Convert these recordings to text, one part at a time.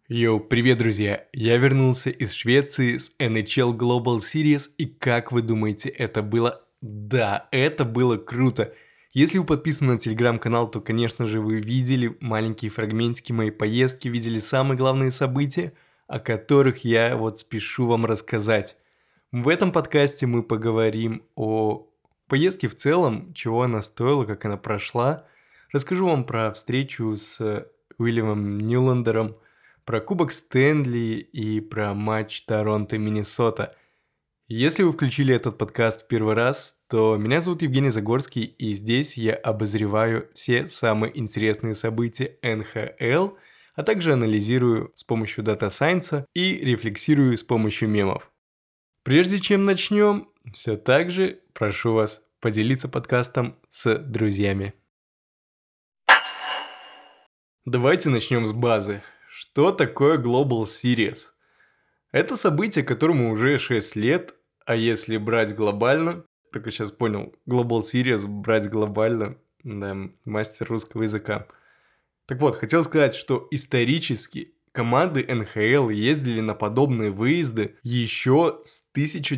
Йоу, привет, друзья! Я вернулся из Швеции с NHL Global Series, и как вы думаете, это было? Да, это было круто! Если вы подписаны на телеграм-канал, то, конечно же, вы видели маленькие фрагментики моей поездки, видели самые главные события, о которых я вот спешу вам рассказать. В этом подкасте мы поговорим о поездке в целом, чего она стоила, как она прошла. Расскажу вам про встречу с Уильямом Ньюлендером, про Кубок Стэнли и про матч Торонто-Миннесота. Если вы включили этот подкаст в первый раз, то меня зовут Евгений Загорский, и здесь я обозреваю все самые интересные события НХЛ, а также анализирую с помощью дата-сайенса и рефлексирую с помощью мемов. Прежде чем начнем, все так же прошу вас поделиться подкастом с друзьями. Давайте начнем с базы. Что такое Global Series? Это событие, которому уже 6 лет, а если брать глобально, только сейчас понял, Global Series брать глобально, да, мастер русского языка. Так вот, хотел сказать, что исторически команды НХЛ ездили на подобные выезды еще с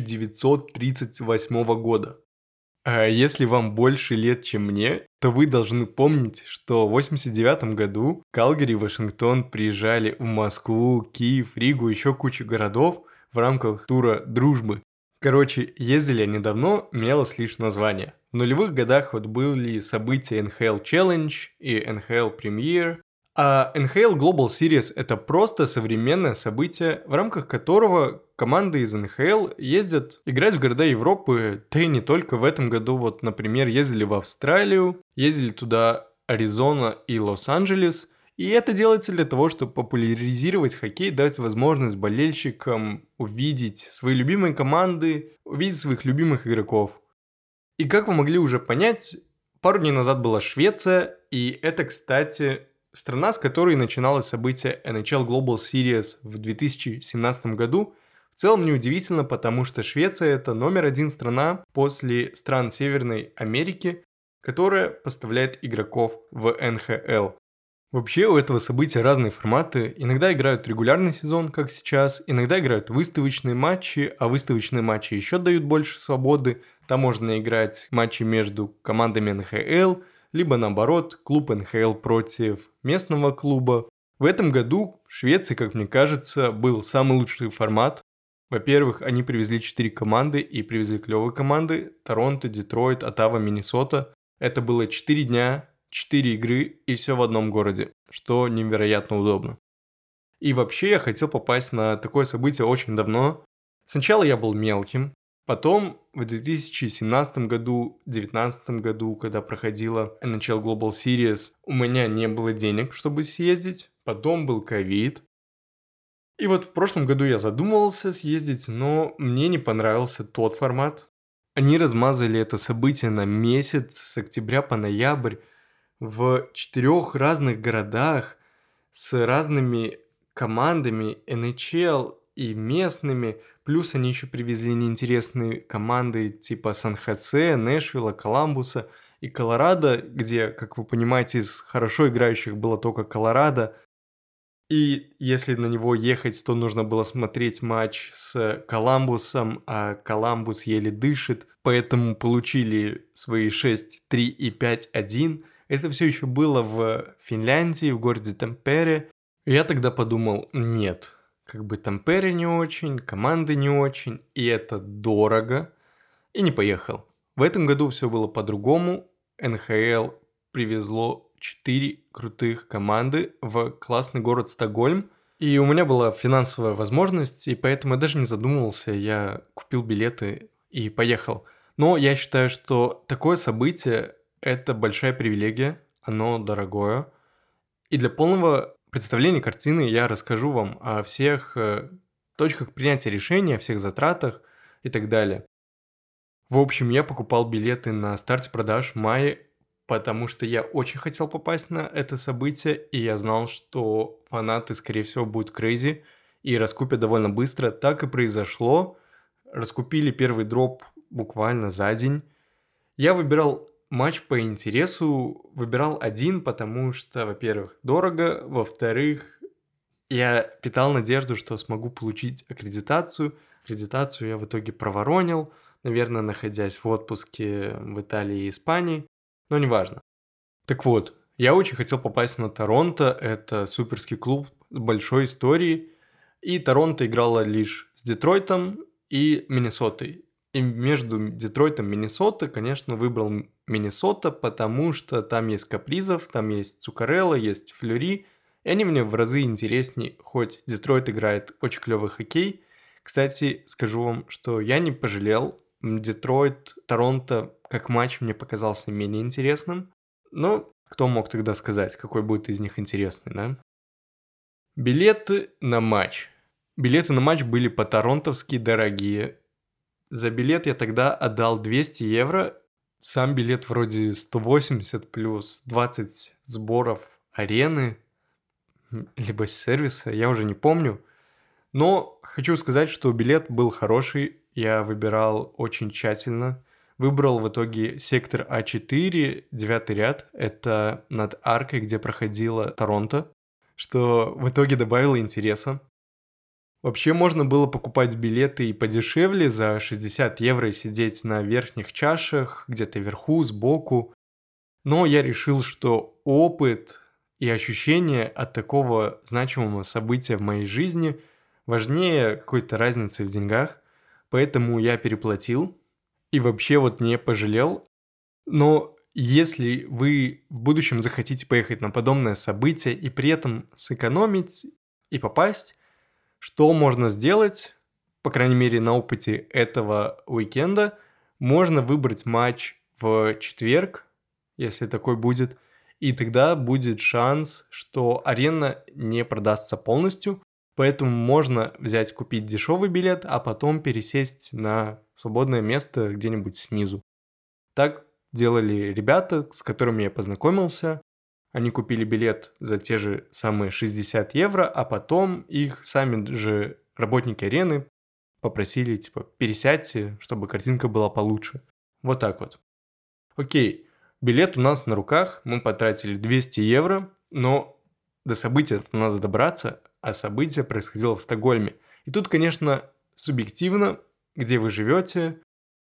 1938 года. А если вам больше лет, чем мне, то вы должны помнить, что в 1989 году Калгари и Вашингтон приезжали в Москву, Киев, Ригу, еще кучу городов в рамках тура «Дружбы». Короче, ездили они давно, менялось лишь название. В нулевых годах вот были события NHL Challenge и NHL Premier, а NHL Global Series – это просто современное событие, в рамках которого команды из НХЛ ездят играть в города Европы, да и не только. В этом году, вот, например, ездили в Австралию, ездили туда Аризона и Лос-Анджелес, и это делается для того, чтобы популяризировать хоккей, дать возможность болельщикам увидеть свои любимые команды, увидеть своих любимых игроков. И как вы могли уже понять, пару дней назад была Швеция, и это, кстати, страна, с которой начиналось событие NHL Global Series в 2017 году. В целом неудивительно, потому что Швеция – это номер один страна после стран Северной Америки, которая поставляет игроков в НХЛ. Вообще у этого события разные форматы. Иногда играют регулярный сезон, как сейчас, иногда играют выставочные матчи, а выставочные матчи еще дают больше свободы. Там можно играть матчи между командами НХЛ, либо наоборот, клуб НХЛ против местного клуба. В этом году в Швеции, как мне кажется, был самый лучший формат. Во-первых, они привезли 4 команды и привезли клевые команды. Торонто, Детройт, Оттава, Миннесота. Это было 4 дня, 4 игры и все в одном городе, что невероятно удобно. И вообще я хотел попасть на такое событие очень давно. Сначала я был мелким, потом в 2017 году, 2019 году, когда проходила NHL Global Series, у меня не было денег, чтобы съездить, потом был ковид. И вот в прошлом году я задумывался съездить, но мне не понравился тот формат. Они размазали это событие на месяц, с октября по ноябрь, в 4 разных городах, с разными командами NHL и местными, плюс они еще привезли неинтересные команды типа Сан-Хосе, Нэшвилла, Коламбуса и Колорадо, где, как вы понимаете, из хорошо играющих было только Колорадо. И если на него ехать, то нужно было смотреть матч с Коламбусом, а Коламбус еле дышит, поэтому получили свои 6-3 и 5-1. Это все еще было в Финляндии, в городе Тампере. И я тогда подумал, нет, как бы Тампере не очень, команды не очень, и это дорого, и не поехал. В этом году все было по-другому. НХЛ привезло 4 крутых команды в классный город Стокгольм. И у меня была финансовая возможность, и поэтому я даже не задумывался, я купил билеты и поехал. Но я считаю, что такое событие – это большая привилегия, оно дорогое. И для полного представления картины я расскажу вам о всех точках принятия решения, о всех затратах и так далее. В общем, я покупал билеты на старте продаж в мае, потому что я очень хотел попасть на это событие, и я знал, что фанаты, скорее всего, будут crazy и раскупят довольно быстро. Так и произошло. Раскупили первый дроп буквально за день. Я выбирал матч по интересу, выбирал один, потому что, во-первых, дорого, во-вторых, Я питал надежду, что смогу получить аккредитацию. Аккредитацию я в итоге проворонил, наверное, находясь в отпуске в Италии и Испании, но неважно. Так вот, я очень хотел попасть на Торонто, это суперский клуб с большой историей, и Торонто играла лишь с Детройтом и Миннесотой. И между Детройтом и Миннесотой, конечно, выбрал Миннесота, потому что там есть Капризов, там есть Цуккарелло, есть Флюри, и они мне в разы интереснее, хоть Детройт играет очень клевый хоккей. Кстати, скажу вам, что я не пожалел, Детройт, Торонто, как матч мне показался менее интересным, но кто мог тогда сказать, какой будет из них интересный, да? Билеты на матч. Билеты на матч были по-торонтовски дорогие. За билет я тогда отдал 200 евро. Сам билет вроде 180 плюс 20 сборов арены, либо сервиса, я уже не помню. Но хочу сказать, что билет был хороший, я выбирал очень тщательно. Выбрал в итоге сектор А4, 9 ряд, это над аркой, где проходила Торонто, что в итоге добавило интереса. Вообще можно было покупать билеты и подешевле, за 60 евро и сидеть на верхних чашах, где-то вверху, сбоку. Но я решил, что опыт и ощущение от такого значимого события в моей жизни важнее какой-то разницы в деньгах, поэтому я переплатил и вообще вот не пожалел. Но если вы в будущем захотите поехать на подобное событие и при этом сэкономить и попасть, что можно сделать, по крайней мере на опыте этого уикенда, можно выбрать матч в четверг, если такой будет, и тогда будет шанс, что арена не продастся полностью, поэтому можно взять, купить дешевый билет, а потом пересесть на свободное место где-нибудь снизу. Так делали ребята, с которыми я познакомился. Они купили билет за те же самые 60 евро, а потом их сами же работники арены попросили, типа, пересядьте, чтобы картинка была получше. Вот так вот. Окей, билет у нас на руках, мы потратили 200 евро, но до события надо добраться, а событие происходило в Стокгольме. И тут, конечно, субъективно, где вы живете,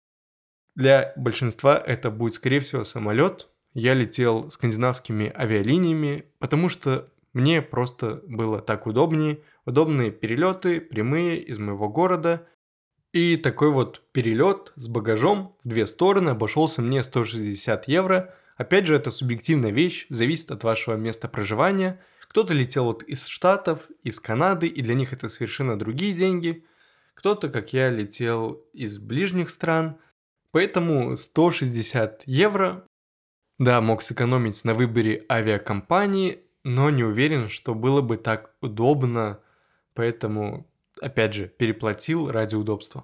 для большинства это будет, скорее всего, самолет. Я летел скандинавскими авиалиниями, потому что мне просто было так удобнее. Удобные перелеты, прямые из моего города. И такой вот перелет с багажом в две стороны обошелся мне 160 евро. Опять же, это субъективная вещь, зависит от вашего места проживания. Кто-то летел вот из Штатов, из Канады, и для них это совершенно другие деньги. Кто-то, как я, летел из ближних стран. Поэтому 160 евро, да, мог сэкономить на выборе авиакомпании, но не уверен, что было бы так удобно, поэтому, опять же, переплатил ради удобства.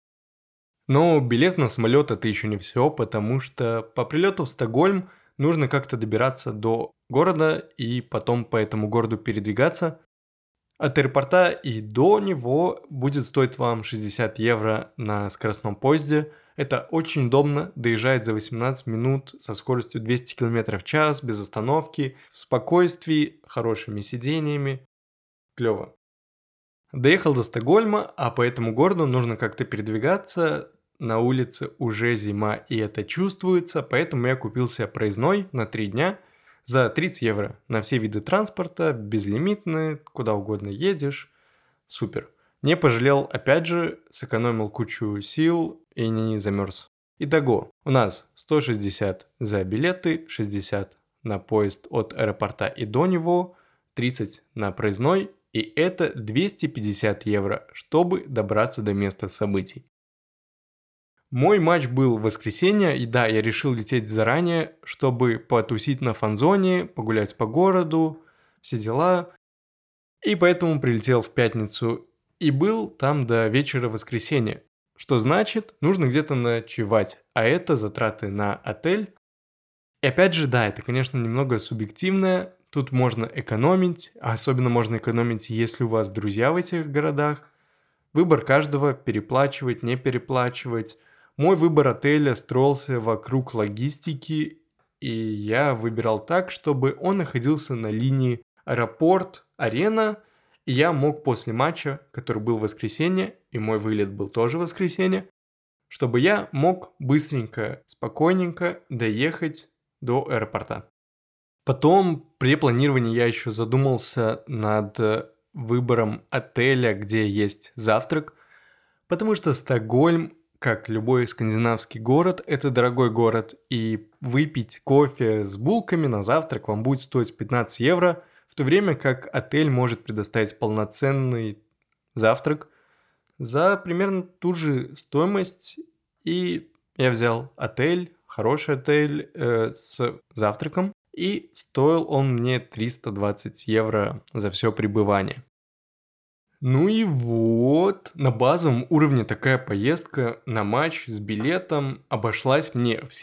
Но билет на самолет это еще не все, потому что по прилету в Стокгольм нужно как-то добираться до города и потом по этому городу передвигаться. От аэропорта и до него будет стоить вам 60 евро на скоростном поезде. Это очень удобно, доезжает за 18 минут со скоростью 200 км в час, без остановки, в спокойствии, хорошими сидениями. Клево. Доехал до Стокгольма, а по этому городу нужно как-то передвигаться. На улице уже зима, и это чувствуется, поэтому я купил себе проездной на 3 дня за 30 евро на все виды транспорта, безлимитные, куда угодно едешь. Супер. Не пожалел, опять же, сэкономил кучу сил и не замерз. Итого, у нас 160 за билеты, 60 на поезд от аэропорта и до него, 30 на проездной, и это 250 евро, чтобы добраться до места событий. Мой матч был в воскресенье, и да, я решил лететь заранее, чтобы потусить на фан-зоне, погулять по городу, все дела. И поэтому прилетел в пятницу и был там до вечера воскресенья. Что значит, нужно где-то ночевать, а это затраты на отель. И опять же, да, это, конечно, немного субъективное, тут можно экономить, а особенно можно экономить, если у вас друзья в этих городах. Выбор каждого – переплачивать, не переплачивать. Мой выбор отеля строился вокруг логистики, и я выбирал так, чтобы он находился на линии аэропорт-арена И я мог после матча, который был в воскресенье, и мой вылет был тоже в воскресенье, чтобы я мог быстренько, спокойненько доехать до аэропорта. Потом при планировании я еще задумался над выбором отеля, где есть завтрак, потому что Стокгольм, как любой скандинавский город, это дорогой город, и выпить кофе с булками на завтрак вам будет стоить 15 евро, в то время как отель может предоставить полноценный завтрак за примерно ту же стоимость. И я взял отель, хороший отель с завтраком, и стоил он мне 320 евро за все пребывание. Ну и вот, на базовом уровне такая поездка на матч с билетом обошлась мне в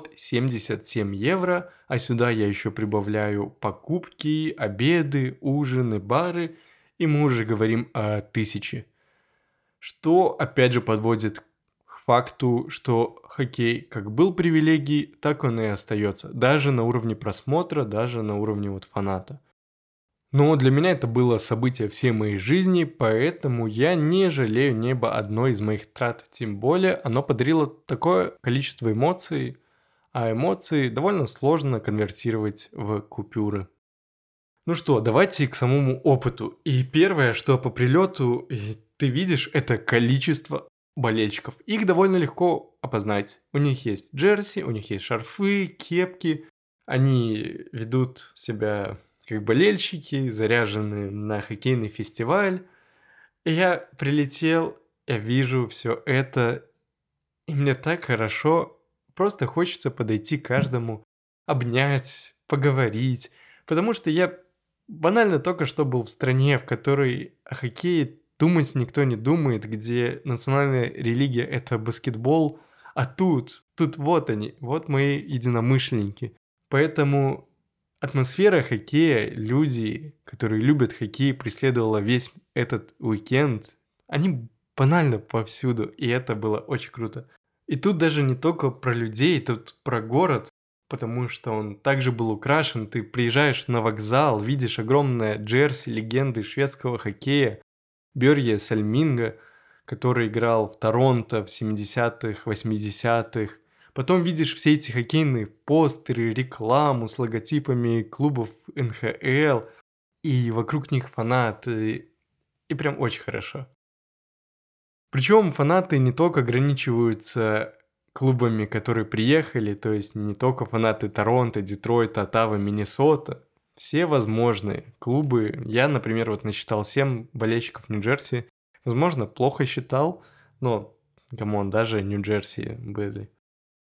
777 евро, а сюда я еще прибавляю покупки, обеды, ужины, бары, и мы уже говорим о 1000. Что опять же подводит к факту, что хоккей как был привилегией, так он и остается. Даже на уровне просмотра, даже на уровне вот фаната. Но для меня это было событие всей моей жизни, поэтому я не жалею небо одной из моих трат. Тем более оно подарило такое количество эмоций, а эмоции довольно сложно конвертировать в купюры. Ну что, давайте к самому опыту. И первое, что по прилету ты видишь, это количество болельщиков. Их довольно легко опознать. У них есть джерси, у них есть шарфы, кепки. Они ведут себя как болельщики, заряженные на хоккейный фестиваль. И я прилетел, я вижу все это, и мне так хорошо. Просто хочется подойти к каждому, обнять, поговорить. Потому что я банально только что был в стране, в которой о хоккее думать никто не думает, где национальная религия – это баскетбол, а тут вот они, вот мои единомышленники. Поэтому атмосфера хоккея, люди, которые любят хоккей, преследовала весь этот уикенд. Они банально повсюду, и это было очень круто. И тут даже не только про людей, тут про город, потому что он также был украшен. Ты приезжаешь на вокзал, видишь огромное джерси легенды шведского хоккея Бörje Сальминга, который играл в Торонто в 70-х, 80-х. Потом видишь все эти хоккейные постеры, рекламу с логотипами клубов НХЛ, и вокруг них фанаты, и прям очень хорошо. Причем фанаты не только ограничиваются клубами, которые приехали, то есть не только фанаты Торонто, Детройта, Оттавы, Миннесота, все возможные клубы. Я, например, вот насчитал 7 болельщиков Нью-Джерси. Возможно, плохо считал, но, камон, даже Нью-Джерси были.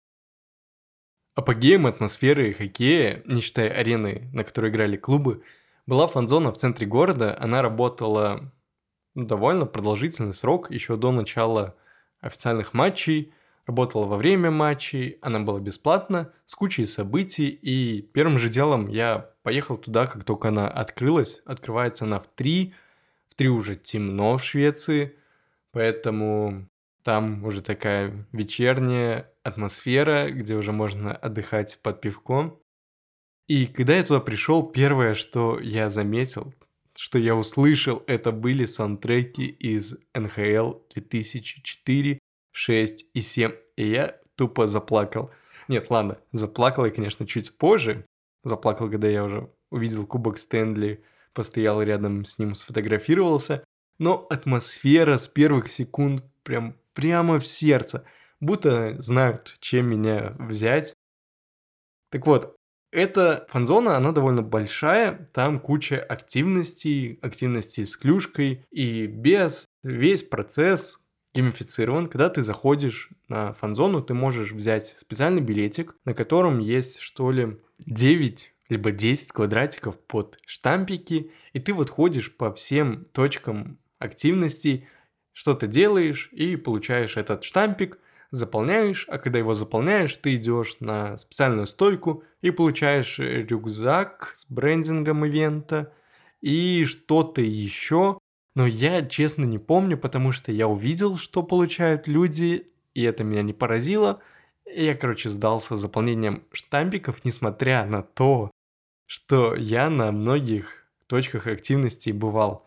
Апогеем атмосферы хоккея, не считая арены, на которой играли клубы, была фан-зона в центре города. Она работала довольно продолжительный срок, еще до начала официальных матчей, работала во время матчей, она была бесплатна, с кучей событий, и первым же делом я поехал туда, как только она открылась. Открывается она в 3, в 3 уже темно в Швеции, поэтому там уже такая вечерняя атмосфера, где уже можно отдыхать под пивком. И когда я туда пришел, первое, что я заметил, что я услышал, это были саундтреки из НХЛ 2004, 6 и 7. И я тупо заплакал. Нет, ладно, заплакал я, конечно, чуть позже. Заплакал, когда я уже увидел Кубок Стэнли, постоял рядом с ним, сфотографировался. Но атмосфера с первых секунд прямо в сердце. Будто знают, чем меня взять. Так вот, эта фан-зона, она довольно большая, там куча активностей с клюшкой, и весь процесс геймифицирован. Когда ты заходишь на фан-зону, ты можешь взять специальный билетик, на котором есть, что ли, 9 либо 10 квадратиков под штампики, и ты вот ходишь по всем точкам активностей, что-то делаешь и получаешь этот штампик, заполняешь, а когда его заполняешь, ты идешь на специальную стойку и получаешь рюкзак с брендингом ивента и что-то еще. Но я честно не помню, потому что я увидел, что получают люди, и это меня не поразило. И я, сдался заполнением штампиков, несмотря на то, что я на многих точках активности бывал.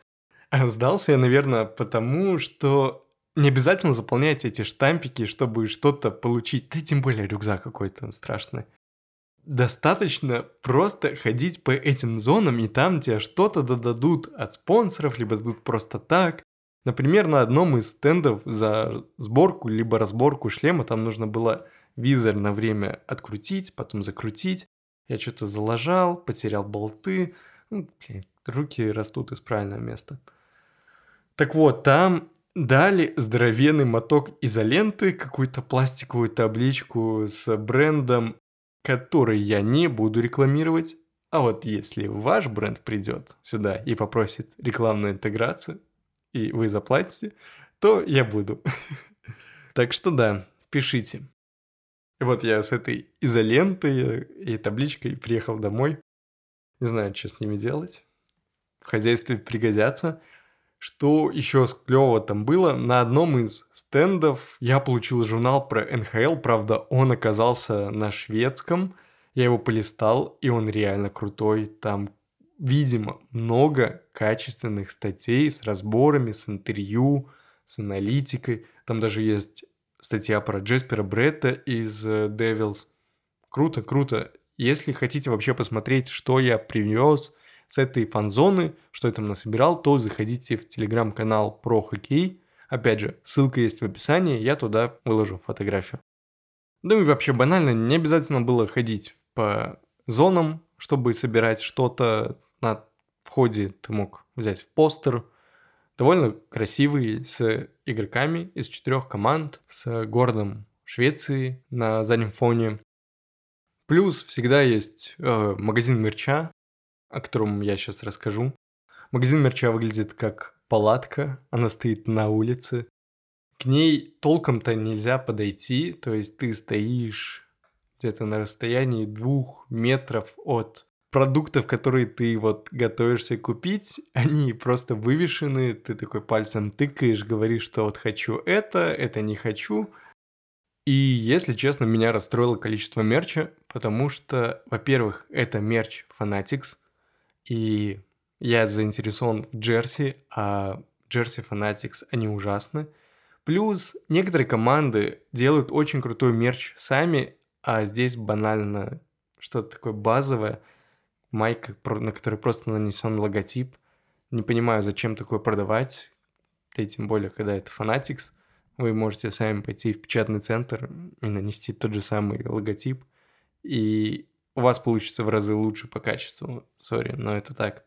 А сдался я, наверное, потому что не обязательно заполнять эти штампики, чтобы что-то получить. Да тем более рюкзак какой-то страшный. Достаточно просто ходить по этим зонам, и там тебе что-то дадут от спонсоров, либо дадут просто так. Например, на одном из стендов за сборку либо разборку шлема там нужно было визор на время открутить, потом закрутить. Я что-то залажал, потерял болты. Руки растут из правильного места. Так вот, там дали здоровенный моток изоленты, какую-то пластиковую табличку с брендом, который я не буду рекламировать. А вот если ваш бренд придет сюда и попросит рекламную интеграцию, и вы заплатите, то я буду. Так что да, пишите. И вот я с этой изолентой и табличкой приехал домой. Не знаю, что с ними делать. В хозяйстве пригодятся. Что еще клево там было, на одном из стендов я получил журнал про НХЛ, правда, он оказался на шведском, я его полистал, и он реально крутой, там, видимо, много качественных статей с разборами, с интервью, с аналитикой, там даже есть статья про Джеспера Бретта из Devils. Круто, круто. Если хотите вообще посмотреть, что я привез с этой фан-зоны, что я там насобирал, то заходите в телеграм-канал про хоккей. Опять же, ссылка есть в описании, я туда выложу фотографию. Ну и вообще банально, не обязательно было ходить по зонам, чтобы собирать что-то. На входе ты мог взять в постер, довольно красивый, с игроками из 4 команд, с городом Швеции на заднем фоне. Плюс всегда есть магазин мерча, о котором я сейчас расскажу. Магазин мерча выглядит как палатка, она стоит на улице. К ней толком-то нельзя подойти, то есть ты стоишь где-то на расстоянии 2 метров от продуктов, которые ты вот готовишься купить, они просто вывешены, ты такой пальцем тыкаешь, говоришь, что вот хочу это не хочу. И, если честно, меня расстроило количество мерча, потому что, во-первых, это мерч Fanatics, и я заинтересован в джерси, а джерси Fanatics, они ужасны. Плюс некоторые команды делают очень крутой мерч сами, а здесь банально что-то такое базовое, майка, на которой просто нанесен логотип. Не понимаю, зачем такое продавать, и тем более, когда это Fanatics. Вы можете сами пойти в печатный центр и нанести тот же самый логотип, и у вас получится в разы лучше по качеству. Сори, но это так.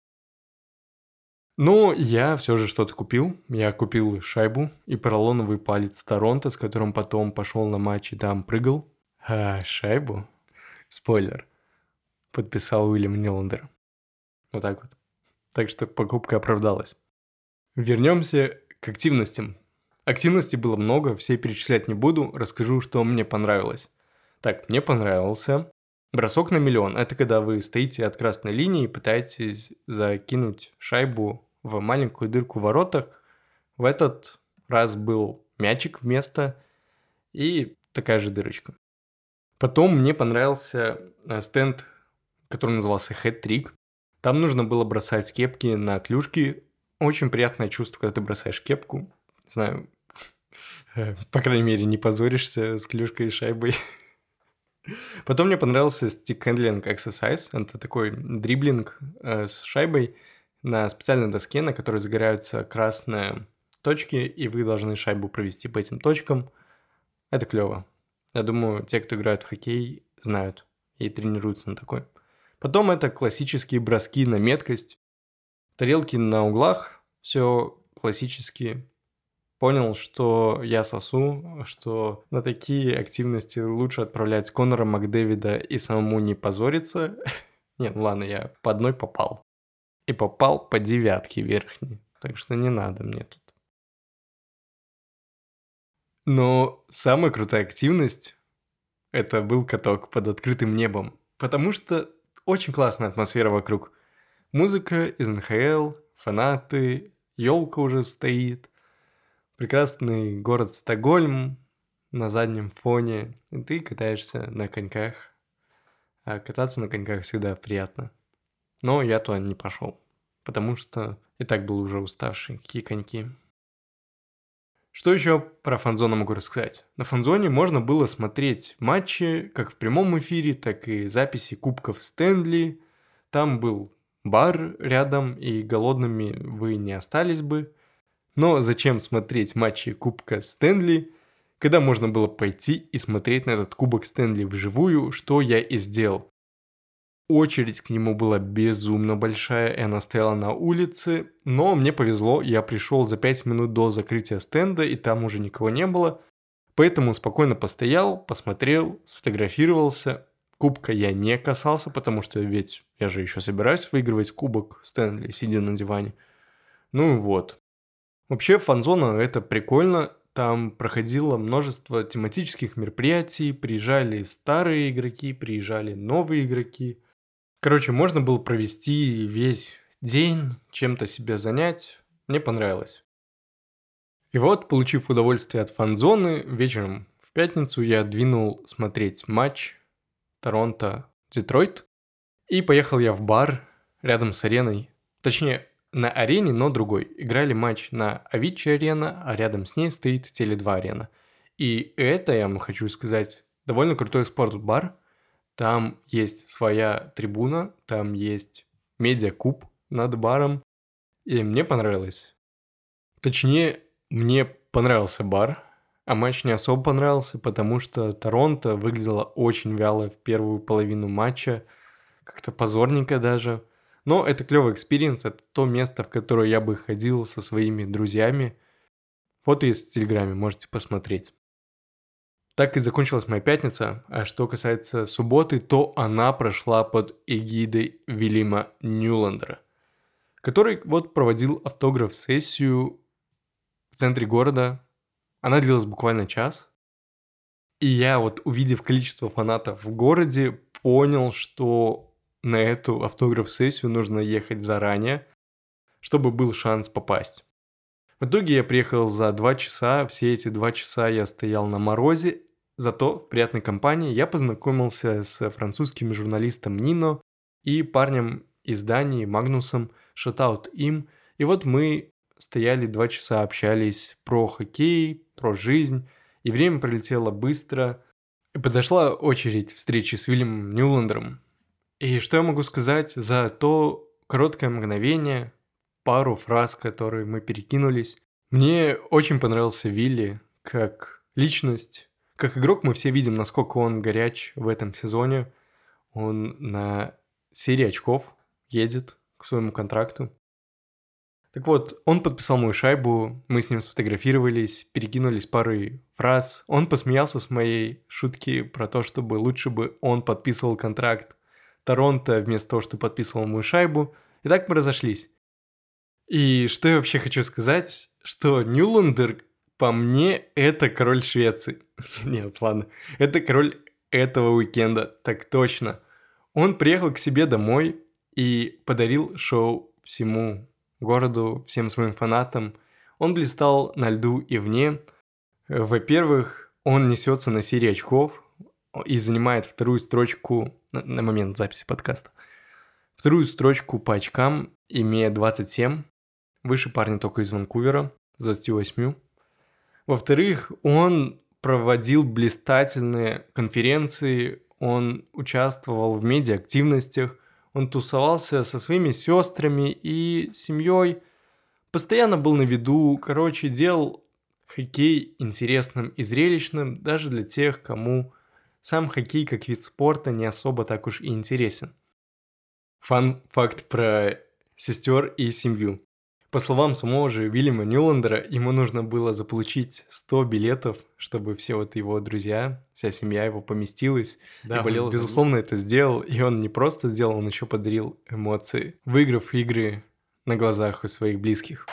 Но я все же что-то купил. Я купил шайбу и поролоновый палец Торонто, с которым потом пошел на матч и там прыгал. А шайбу, спойлер, подписал Уильям Ниландер. Вот так вот. Так что покупка оправдалась. Вернемся к активностям. Активностей было много, все перечислять не буду, расскажу, что мне понравилось. Так, мне понравился бросок на миллион. Это когда вы стоите от красной линии и пытаетесь закинуть шайбу в маленькую дырку в воротах. В этот раз был мячик вместо и такая же дырочка. Потом мне понравился стенд, который назывался Hat-Trick. Там нужно было бросать кепки на клюшки. Очень приятное чувство, когда ты бросаешь кепку. Не знаю, по крайней мере, не позоришься с клюшкой и шайбой. Потом мне понравился stick handling exercise. Это такой дриблинг с шайбой на специальной доске, на которой загораются красные точки, и вы должны шайбу провести по этим точкам. Это клево. Я думаю, те, кто играют в хоккей, знают и тренируются на такой. Потом это классические броски на меткость. Тарелки на углах, все классические. Понял, что я сосу, что на такие активности лучше отправлять Конора Макдэвида и самому не позориться. Нет, ладно, я по одной попал. И попал по 9 верхней. Так что не надо мне тут. Но самая крутая активность – это был каток под открытым небом. Потому что очень классная атмосфера вокруг. Музыка из НХЛ, фанаты, елка уже стоит. Прекрасный город Стокгольм на заднем фоне, и ты катаешься на коньках. А кататься на коньках всегда приятно. Но я туда не пошел, потому что И так был уже уставший, какие коньки. Что еще про фан-зону могу рассказать? На фан-зоне можно было смотреть матчи как в прямом эфире, так и записи кубков Стэнли. Там был бар рядом, и голодными вы не остались бы. Но зачем смотреть матчи Кубка Стэнли, когда можно было пойти и смотреть на этот Кубок Стэнли вживую, что я и сделал. Очередь к нему была безумно большая, и она стояла на улице, но мне повезло, я пришел за 5 минут до закрытия стенда, и там уже никого не было, поэтому спокойно постоял, посмотрел, сфотографировался. Кубка я не касался, потому что ведь я же еще собираюсь выигрывать Кубок Стэнли, сидя на диване. Ну вот. Вообще фан-зона это прикольно, там проходило множество тематических мероприятий, приезжали старые игроки, приезжали новые игроки. Короче, можно было провести весь день, чем-то себя занять. Мне понравилось. И вот, получив удовольствие от фан-зоны, вечером в пятницу я двинул смотреть матч Торонто-Детройт. И поехал я в бар рядом с ареной. Точнее, на арене, но другой. Играли матч на Авичи-арена, а рядом с ней стоит Теле2-арена. И это, я вам хочу сказать, довольно крутой спортбар. Там есть своя трибуна, там есть медиакуб над баром, и мне понравилось. Точнее, мне понравился бар, а матч не особо понравился, потому что Торонто выглядело очень вяло в первую половину матча, как-то позорненько даже. Но это клевый экспириенс, это то место, в которое я бы ходил со своими друзьями. Фото есть в Телеграме, можете посмотреть. Так и закончилась моя пятница, а что касается субботы, то она прошла под эгидой Вильяма Ньюлендера, который вот проводил автограф-сессию в центре города. Она длилась буквально час. И я вот, увидев количество фанатов в городе, понял, что на эту автограф-сессию нужно ехать заранее, чтобы был шанс попасть. В итоге я приехал за 2 часа, все эти 2 часа я стоял на морозе, зато в приятной компании я познакомился с французским журналистом Нино и парнем из Дании Магнусом, шатаут им, и вот мы стояли 2 часа, общались про хоккей, про жизнь, и время пролетело быстро, и подошла очередь встречи с Вильямом Ньюлендером. И что я могу сказать за то короткое мгновение, пару фраз, которые мы перекинулись. Мне очень понравился Вилли как личность. Как игрок мы все видим, насколько он горяч в этом сезоне. Он на серии очков едет к своему контракту. Так вот, он подписал мою шайбу, мы с ним сфотографировались, перекинулись парой фраз. Он посмеялся с моей шутки про то, чтобы лучше бы он подписывал контракт Торонто вместо того, что подписывал мою шайбу. И так мы разошлись. И что я вообще хочу сказать, что Ньюлендер, по мне, это король Швеции. Нет, ладно. Это король этого уикенда, так точно. Он приехал к себе домой и подарил шоу всему городу, всем своим фанатам. Он блистал на льду и вне. Во-первых, он несется на серии очков и занимает вторую строчку на момент записи подкаста. Вторую строчку по очкам, имея 27. Выше парня только из Ванкувера, с 28. Во-вторых, он проводил блистательные конференции, он участвовал в медиа-активностях, он тусовался со своими сестрами и семьей, постоянно был на виду, короче, делал хоккей интересным и зрелищным даже для тех, кому сам хоккей как вид спорта не особо так уж и интересен. Фан-факт про сестер и семью. По словам самого же Вильяма Ньюлендера, ему нужно было заполучить 100 билетов, чтобы все вот его друзья, вся семья его поместилась. Да, и болел, безусловно, это сделал. И он не просто сделал, он еще подарил эмоции, выиграв игры на глазах у своих близких.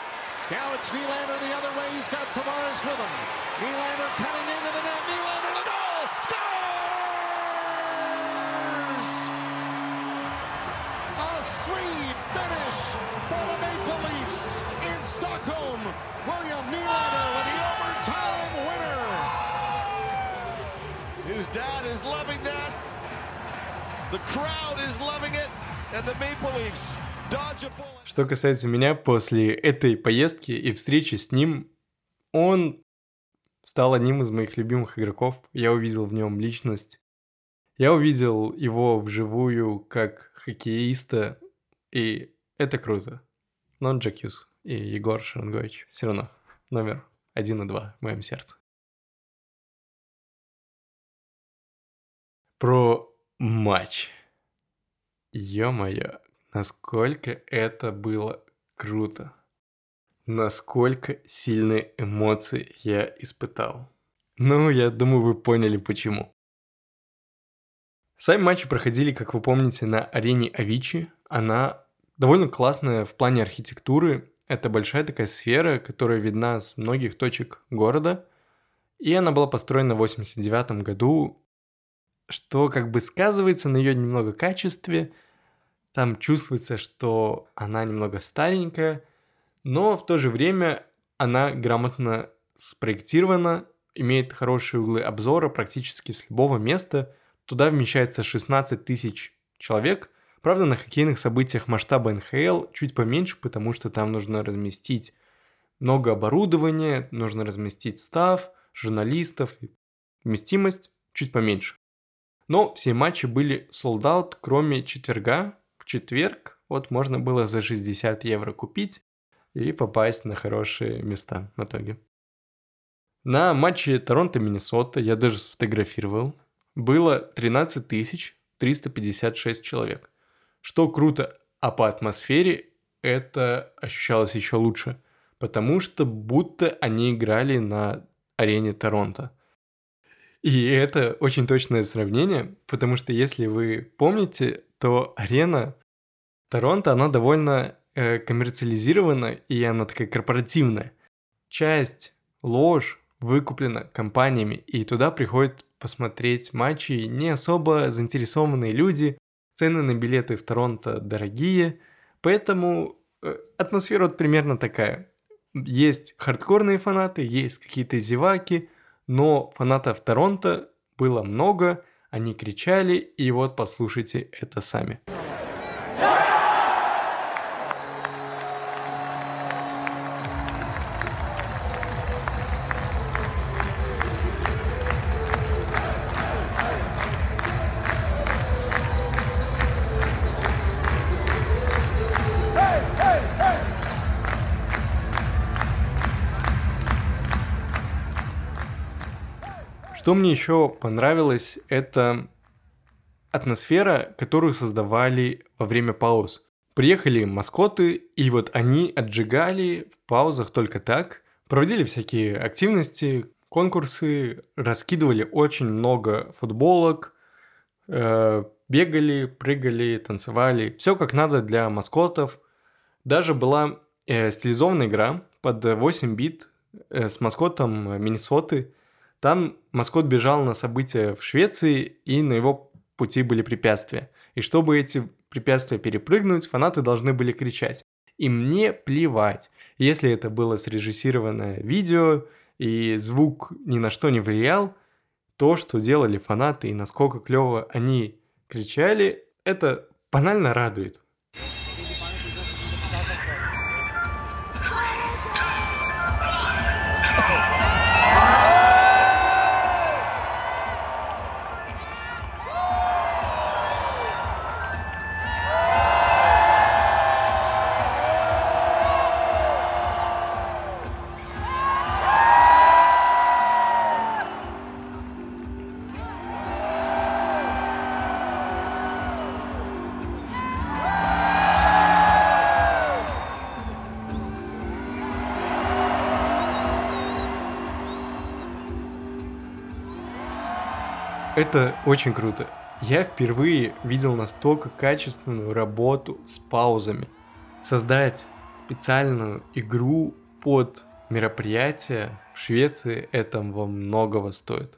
The crowd is loving it, and the Maple Leafs Что касается меня, после этой поездки и встречи с ним, он стал одним из моих любимых игроков. Я увидел в нем личность. Я увидел его вживую как хоккеиста, и это круто. Но Джек Хьюз и Егор Шарангович все равно номер 1 и 2 в моем сердце. Про матч. Ё-моё, насколько это было круто. Насколько сильные эмоции я испытал. Ну, я думаю, вы поняли почему. Сами матчи проходили, как вы помните, на арене Авичи. Она довольно классная в плане архитектуры. Это большая такая сфера, которая видна с многих точек города. И она была построена в 89 году, что как бы сказывается на ее немного качестве. Там чувствуется, что она немного старенькая, но в то же время она грамотно спроектирована, имеет хорошие углы обзора практически с любого места. Туда вмещается 16 тысяч человек. Правда, на хоккейных событиях масштаба НХЛ чуть поменьше, потому что там нужно разместить много оборудования, нужно разместить став, журналистов. Вместимость чуть поменьше. Но все матчи были sold out, кроме четверга. В четверг вот можно было за 60 евро купить и попасть на хорошие места в итоге. На матче Торонто-Миннесота я даже сфотографировал. Было 13 356 человек. Что круто, а по атмосфере это ощущалось еще лучше. Потому что будто они играли на арене Торонто. И это очень точное сравнение, потому что если вы помните, то арена Торонто, она довольно коммерциализирована, и она такая корпоративная. Часть лож выкуплена компаниями, и туда приходят посмотреть матчи не особо заинтересованные люди. Цены на билеты в Торонто дорогие, поэтому атмосфера вот примерно такая. Есть хардкорные фанаты, есть какие-то зеваки, но фанатов Торонто было много, они кричали, и вот послушайте это сами. Что мне еще понравилось, это атмосфера, которую создавали во время пауз. Приехали маскоты, и вот они отжигали в паузах только так, проводили всякие активности, конкурсы, раскидывали очень много футболок, бегали, прыгали, танцевали. Все как надо для маскотов. Даже была стилизованная игра под 8 бит с маскотом Миннесоты. Там маскот бежал на события в Швеции, и на его пути были препятствия. И чтобы эти препятствия перепрыгнуть, фанаты должны были кричать. И мне плевать, если это было срежиссированное видео, и звук ни на что не влиял, то, что делали фанаты, и насколько клево они кричали, это банально радует. Это очень круто. Я впервые видел настолько качественную работу с паузами. Создать специальную игру под мероприятие в Швеции это во многого стоит.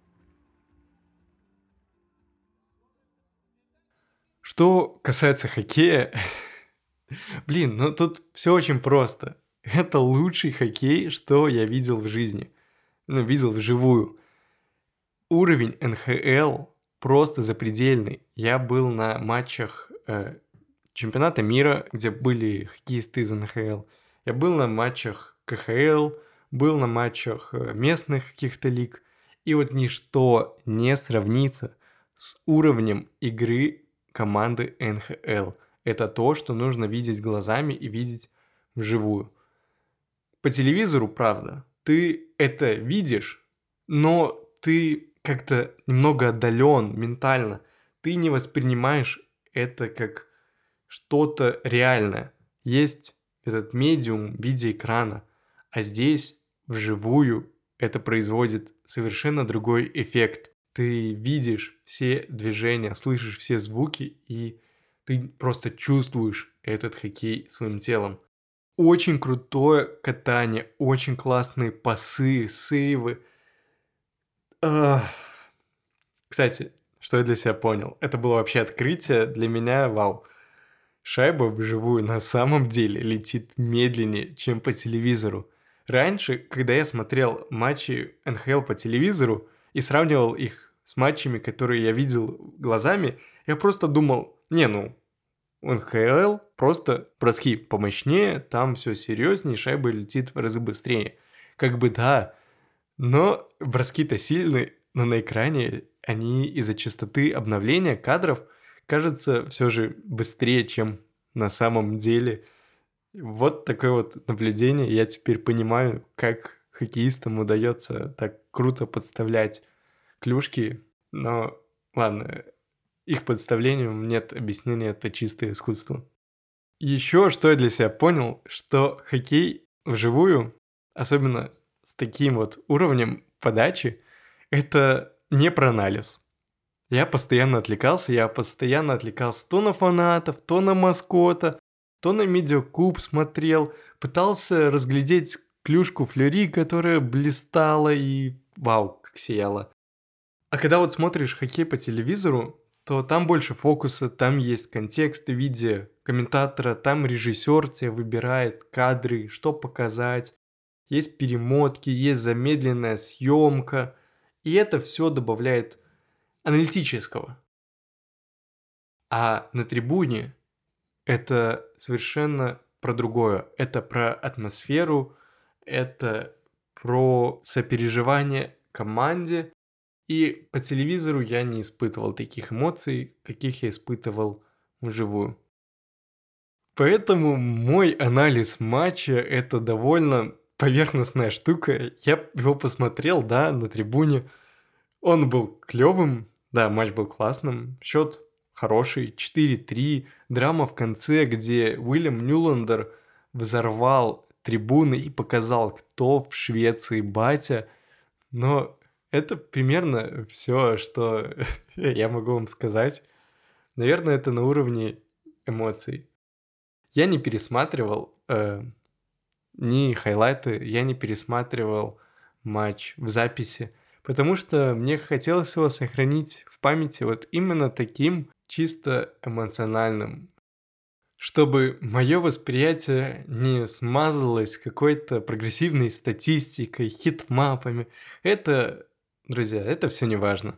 Что касается хоккея, ну тут все очень просто. Это лучший хоккей, что я видел в жизни. Видел вживую. Уровень НХЛ просто запредельный. Я был на матчах чемпионата мира, где были хоккеисты из НХЛ. Я был на матчах КХЛ, был на матчах местных каких-то лиг. И вот ничто не сравнится с уровнем игры команды НХЛ. Это то, что нужно видеть глазами и видеть вживую. По телевизору, правда, ты это видишь, но ты как-то немного отдален ментально. Ты не воспринимаешь это как что-то реальное. Есть этот медиум в виде экрана, а здесь вживую это производит совершенно другой эффект. Ты видишь все движения, слышишь все звуки, и ты просто чувствуешь этот хоккей своим телом. Очень крутое катание, очень классные пасы, сейвы. Ах. Кстати, что я для себя понял? Это было вообще открытие для меня, вау. Шайба вживую на самом деле летит медленнее, чем по телевизору. Раньше, когда я смотрел матчи НХЛ по телевизору и сравнивал их с матчами, которые я видел глазами, я просто думал, НХЛ просто броски помощнее, там все серьезнее, шайба летит в разы быстрее. Как бы да, но броски-то сильны, но на экране они из-за частоты обновления кадров кажутся все же быстрее, чем на самом деле. Вот такое вот наблюдение. Я теперь понимаю, как хоккеистам удается так круто подставлять клюшки. Но ладно, их подставлением нет объяснения, это чистое искусство. Еще что я для себя понял, что хоккей вживую, особенно с таким вот уровнем подачи, это не про анализ. Я постоянно отвлекался то на фанатов, то на маскота, то на медиакуб смотрел, пытался разглядеть клюшку Флeury, которая блистала и вау, как сияла. А когда вот смотришь хоккей по телевизору, то там больше фокуса, там есть контекст в виде комментатора, там режиссер тебе выбирает кадры, что показать, есть перемотки, есть замедленная съемка, и это все добавляет аналитического. А на трибуне это совершенно про другое. Это про атмосферу, это про сопереживание команде. И по телевизору я не испытывал таких эмоций, каких я испытывал вживую. Поэтому мой анализ матча это довольно поверхностная штука. Я его посмотрел, да, на трибуне. Он был клевым, да, матч был классным, счет хороший, 4-3, драма в конце, где Уильям Нюландер взорвал трибуны и показал, кто в Швеции батя, но это примерно все, что я могу вам сказать. Наверное, это на уровне эмоций. Я не пересматривал ни хайлайты, я не пересматривал матч в записи, потому что мне хотелось его сохранить в памяти вот именно таким чисто эмоциональным, чтобы мое восприятие не смазалось какой-то прогрессивной статистикой, хитмапами. Это, друзья, это все не важно.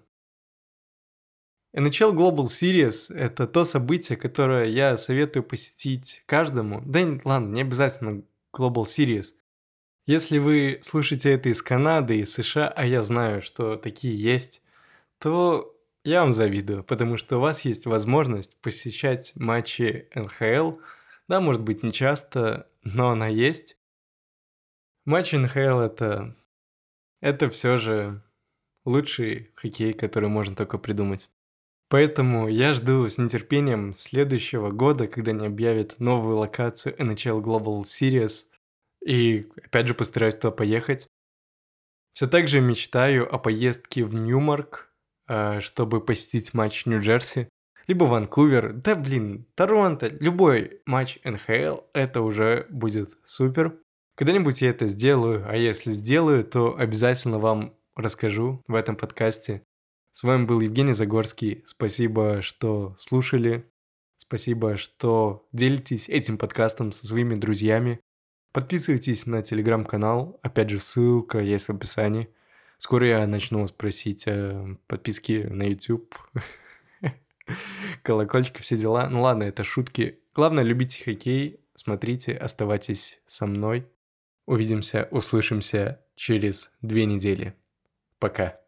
NHL Global Series – это то событие, которое я советую посетить каждому. Ладно, не обязательно Global Series. Если вы слушаете это из Канады, из США, а я знаю, что такие есть, то я вам завидую, потому что у вас есть возможность посещать матчи НХЛ. Да, может быть, не часто, но она есть. Матчи НХЛ это все же лучший хоккей, который можно только придумать. Поэтому я жду с нетерпением следующего года, когда они объявят новую локацию NHL Global Series. И опять же постараюсь туда поехать. Все так же мечтаю о поездке в Ньюмарк, чтобы посетить матч Нью-Джерси. Либо Ванкувер. Да блин, Торонто. Любой матч НХЛ, это уже будет супер. Когда-нибудь я это сделаю, а если сделаю, то обязательно вам расскажу в этом подкасте. С вами был Евгений Загорский. Спасибо, что слушали. Спасибо, что делитесь этим подкастом со своими друзьями. Подписывайтесь на телеграм-канал. Опять же, ссылка есть в описании. Скоро я начну вас просить подписки на YouTube. Колокольчик, все дела. Ну ладно, это шутки. Главное, любите хоккей, смотрите, оставайтесь со мной. Увидимся, услышимся через 2 недели. Пока.